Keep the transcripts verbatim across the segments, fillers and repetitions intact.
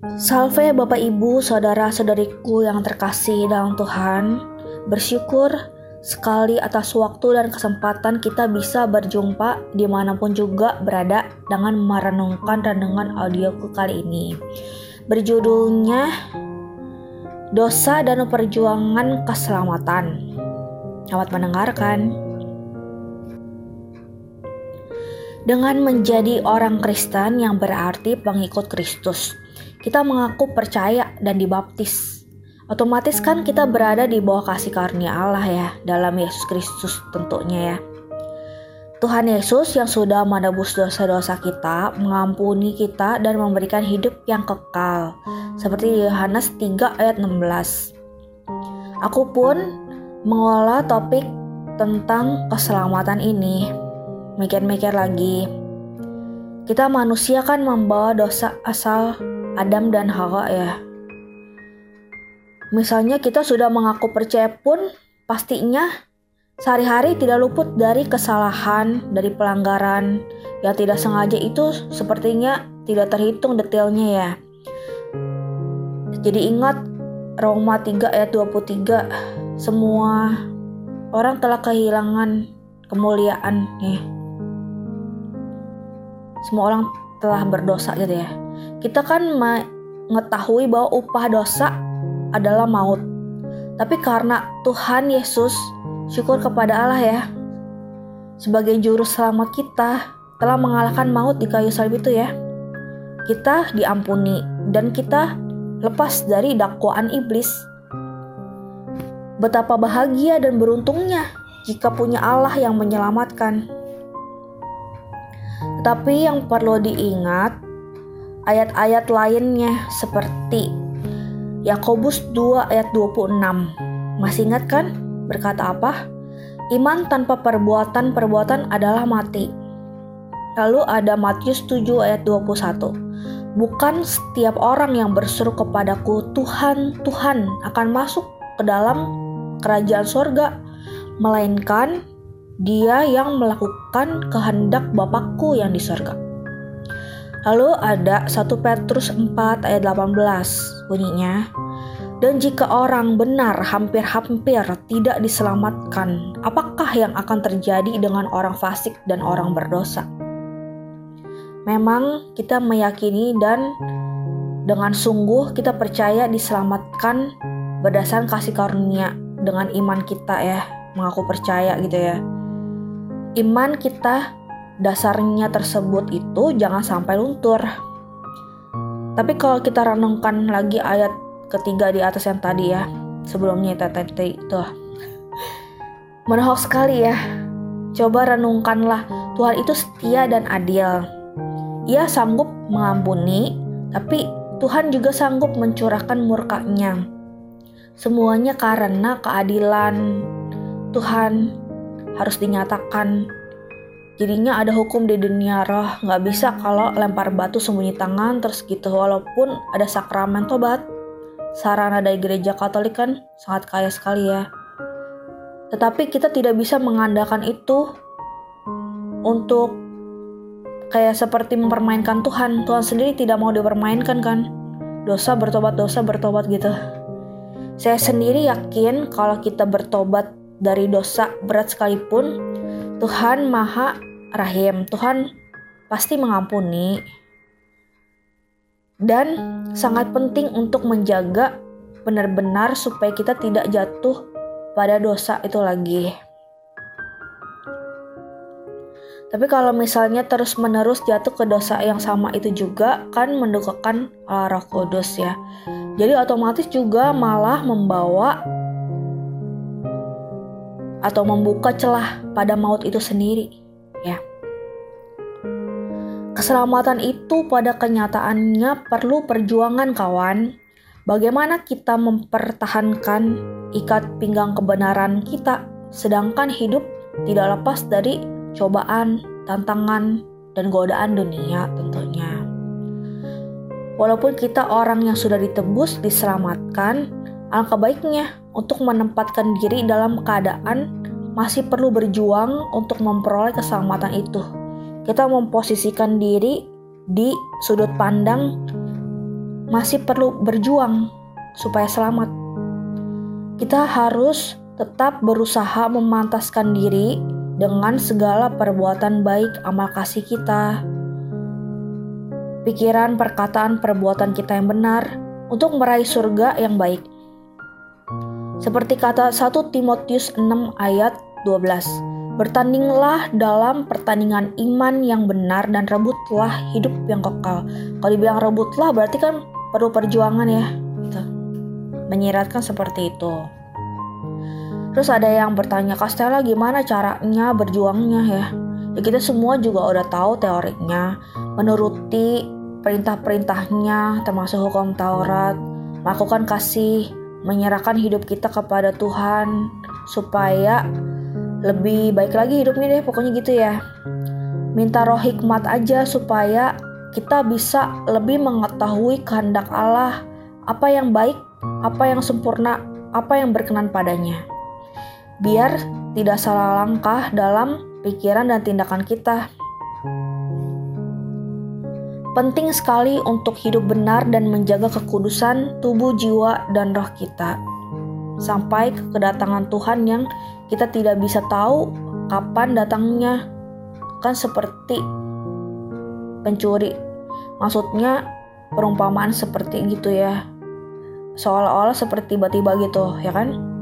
Salve Bapak Ibu, Saudara-saudariku yang terkasih dalam Tuhan. Bersyukur sekali atas waktu dan kesempatan kita bisa berjumpa dimanapun juga berada dengan merenungkan renungan audioku kali ini. Berjudulnya Dosa dan Perjuangan Keselamatan. Selamat mendengarkan. Dengan menjadi orang Kristen yang berarti pengikut Kristus, kita mengaku percaya dan dibaptis. Otomatis kan kita berada di bawah kasih karunia Allah ya, dalam Yesus Kristus tentunya ya. Tuhan Yesus yang sudah menebus dosa-dosa kita, mengampuni kita dan memberikan hidup yang kekal. Seperti di Yohanes tiga ayat enam belas. Aku pun mengolah topik tentang keselamatan ini. Mikir-mikir lagi. Kita manusia kan membawa dosa asal Adam dan Hawa ya. Misalnya kita sudah mengaku percaya pun pastinya sehari-hari tidak luput dari kesalahan, dari pelanggaran yang tidak sengaja itu sepertinya tidak terhitung detailnya ya. Jadi ingat Roma tiga ayat dua puluh tiga, semua orang telah kehilangan kemuliaannya. Semua orang telah berdosa gitu ya. Kita kan mengetahui bahwa upah dosa adalah maut. Tapi karena Tuhan Yesus, syukur kepada Allah ya, sebagai juru selamat kita telah mengalahkan maut di kayu salib itu ya. Kita diampuni dan kita lepas dari dakwaan iblis. Betapa bahagia dan beruntungnya jika punya Allah yang menyelamatkan. Tetapi yang perlu diingat, ayat-ayat lainnya seperti Yakobus dua ayat dua puluh enam. Masih ingat kan? Berkata apa? Iman tanpa perbuatan-perbuatan adalah mati. Lalu ada Matius tujuh ayat dua puluh satu. Bukan setiap orang yang berseru kepadaku, Tuhan, Tuhan, akan masuk ke dalam kerajaan sorga, melainkan dia yang melakukan kehendak Bapakku yang di sorga. Lalu ada satu Petrus empat ayat delapan belas bunyinya, dan jika orang benar hampir-hampir tidak diselamatkan, apakah yang akan terjadi dengan orang fasik dan orang berdosa? Memang kita meyakini dan dengan sungguh kita percaya diselamatkan berdasarkan kasih karunia dengan iman kita ya, mengaku percaya gitu ya. Iman kita dasarnya tersebut itu jangan sampai luntur. Tapi kalau kita renungkan lagi ayat ketiga di atas yang tadi ya, sebelumnya tadi itu menohok sekali ya. Coba renungkanlah, Tuhan itu setia dan adil. Ia sanggup mengampuni, tapi Tuhan juga sanggup mencurahkan murka-Nya. Semuanya karena keadilan Tuhan harus dinyatakan. Jadinya ada hukum di dunia roh. Gak bisa kalau lempar batu sembunyi tangan terus gitu. Walaupun ada sakramen tobat, sarana dari gereja Katolik kan sangat kaya sekali ya. Tetapi kita tidak bisa mengandalkan itu untuk kayak seperti mempermainkan Tuhan. Tuhan sendiri tidak mau dipermainkan kan. Dosa bertobat, dosa bertobat gitu. Saya sendiri yakin kalau kita bertobat dari dosa berat sekalipun, Tuhan Maha Rahim. Tuhan pasti mengampuni. Dan sangat penting untuk menjaga benar-benar supaya kita tidak jatuh pada dosa itu lagi. Tapi kalau misalnya terus-menerus jatuh ke dosa yang sama itu juga kan mendukakan Roh Kudus ya. Jadi otomatis juga malah membawa atau membuka celah pada maut itu sendiri ya. Keselamatan itu pada kenyataannya perlu perjuangan kawan. Bagaimana kita mempertahankan ikat pinggang kebenaran kita sedangkan hidup tidak lepas dari cobaan, tantangan, dan godaan dunia tentunya. Walaupun kita orang yang sudah ditebus, diselamatkan, alangkah baiknya untuk menempatkan diri dalam keadaan masih perlu berjuang untuk memperoleh keselamatan itu. Kita memposisikan diri di sudut pandang masih perlu berjuang supaya selamat. Kita harus tetap berusaha memantaskan diri dengan segala perbuatan baik amal kasih kita, pikiran, perkataan, perbuatan kita yang benar untuk meraih surga yang baik. Seperti kata satu Timotius enam ayat dua belas, bertandinglah dalam pertandingan iman yang benar dan rebutlah hidup yang kekal. Kalau dibilang rebutlah berarti kan perlu perjuangan ya, gitu. Menyiratkan seperti itu. Terus ada yang bertanya, Kak Stella gimana caranya berjuangnya ya? Ya kita semua juga udah tahu teorinya, menuruti perintah-perintahnya termasuk hukum Taurat, melakukan kasih, menyerahkan hidup kita kepada Tuhan supaya lebih baik lagi hidupnya deh, pokoknya gitu ya. Minta roh hikmat aja supaya kita bisa lebih mengetahui kehendak Allah, apa yang baik, apa yang sempurna, apa yang berkenan padanya. Biar tidak salah langkah dalam pikiran dan tindakan kita. Penting sekali untuk hidup benar dan menjaga kekudusan tubuh, jiwa, dan roh kita. Sampai kedatangan Tuhan yang kita tidak bisa tahu kapan datangnya. Kan seperti pencuri. Maksudnya perumpamaan seperti gitu ya. Seolah-olah seperti tiba-tiba gitu, ya kan?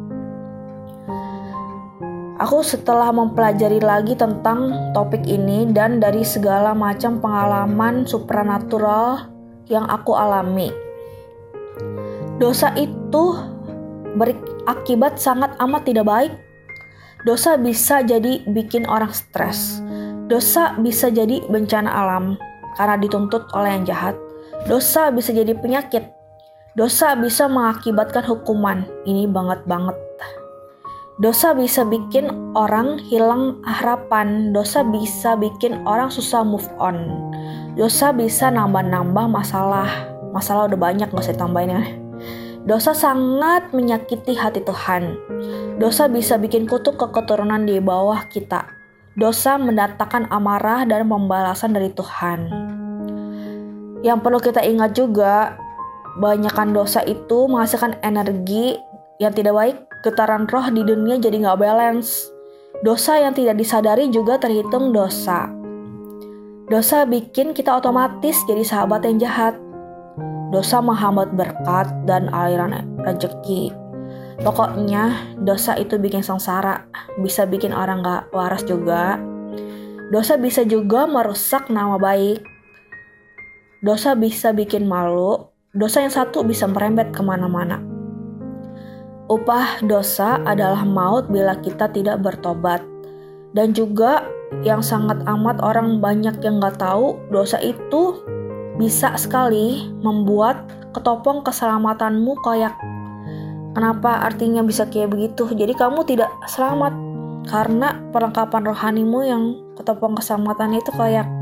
Aku setelah mempelajari lagi tentang topik ini dan dari segala macam pengalaman supranatural yang aku alami. Dosa itu berakibat sangat amat tidak baik. Dosa bisa jadi bikin orang stres. Dosa bisa jadi bencana alam karena dituntut oleh yang jahat. Dosa bisa jadi penyakit. Dosa bisa mengakibatkan hukuman. Ini banget banget. Dosa bisa bikin orang hilang harapan. Dosa bisa bikin orang susah move on. Dosa bisa nambah-nambah masalah. Masalah udah banyak, gak usah ditambahin ya. Dosa sangat menyakiti hati Tuhan. Dosa bisa bikin kutuk ke keturunan di bawah kita. Dosa mendatangkan amarah dan pembalasan dari Tuhan. Yang perlu kita ingat juga, banyakkan dosa itu menghasilkan energi yang tidak baik. Getaran roh di dunia jadi gak balance. Dosa yang tidak disadari juga terhitung dosa. Dosa bikin kita otomatis jadi sahabat yang jahat. Dosa menghambat berkat dan aliran rezeki. Pokoknya dosa itu bikin sengsara. Bisa bikin orang gak waras juga. Dosa bisa juga merusak nama baik. Dosa bisa bikin malu. Dosa yang satu bisa merembet kemana-mana. Upah dosa adalah maut bila kita tidak bertobat. Dan juga yang sangat amat orang banyak yang gak tahu, dosa itu bisa sekali membuat ketopong keselamatanmu koyak. Kenapa artinya bisa kayak begitu? Jadi kamu tidak selamat karena perlengkapan rohanimu yang ketopong keselamatan itu koyak.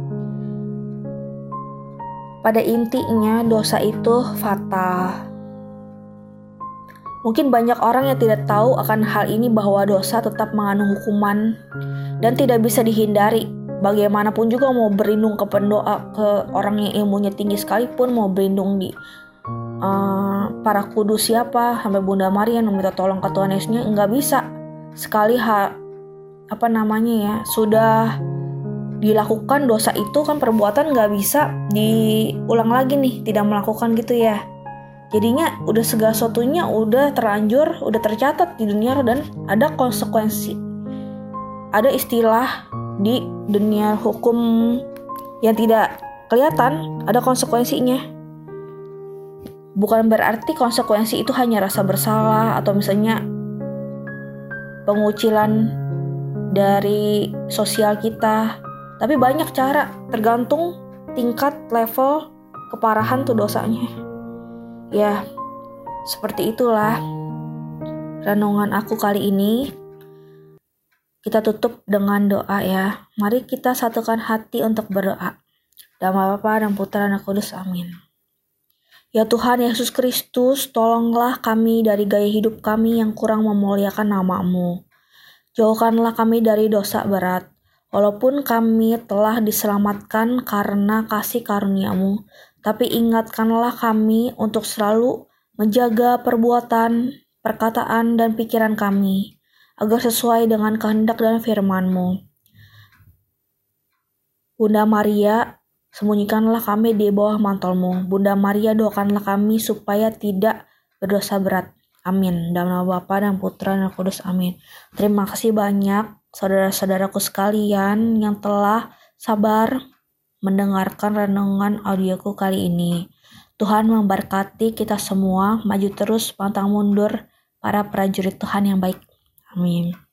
Pada intinya dosa itu fatal. Mungkin banyak orang yang tidak tahu akan hal ini bahwa dosa tetap mengandung hukuman dan tidak bisa dihindari. Bagaimanapun juga mau berlindung ke pendoa, ke orang yang ilmunya tinggi sekalipun, mau berlindung di uh, para kudus siapa, sampai Bunda Maria meminta tolong ke Tuhan Yesusnya, nggak bisa. Sekali hal apa namanya ya sudah dilakukan dosa itu kan perbuatan nggak bisa diulang lagi nih, tidak melakukan gitu ya. Jadinya udah segala sesuatunya udah terlanjur, udah tercatat di dunia dan ada konsekuensi. Ada istilah di dunia hukum yang tidak kelihatan, ada konsekuensinya. Bukan berarti konsekuensi itu hanya rasa bersalah atau misalnya pengucilan dari sosial kita. Tapi banyak cara, tergantung tingkat level keparahan tuh dosanya. Ya, seperti itulah renungan aku kali ini. Kita tutup dengan doa ya. Mari kita satukan hati untuk berdoa. Dalam Bapa dan Putra dan Kudus, amin. Ya Tuhan Yesus Kristus, tolonglah kami dari gaya hidup kami yang kurang memuliakan nama-Mu. Jauhkanlah kami dari dosa berat. Walaupun kami telah diselamatkan karena kasih karunia-Mu, tapi ingatkanlah kami untuk selalu menjaga perbuatan, perkataan, dan pikiran kami, agar sesuai dengan kehendak dan firman-Mu. Bunda Maria, sembunyikanlah kami di bawah mantel-Mu. Bunda Maria, doakanlah kami supaya tidak berdosa berat. Amin. Dalam nama Bapa dan Putra dan Roh Kudus. Amin. Terima kasih banyak saudara-saudaraku sekalian yang telah sabar mendengarkan renungan audioku kali ini. Tuhan memberkati kita semua, maju terus pantang mundur para prajurit Tuhan yang baik. Amin.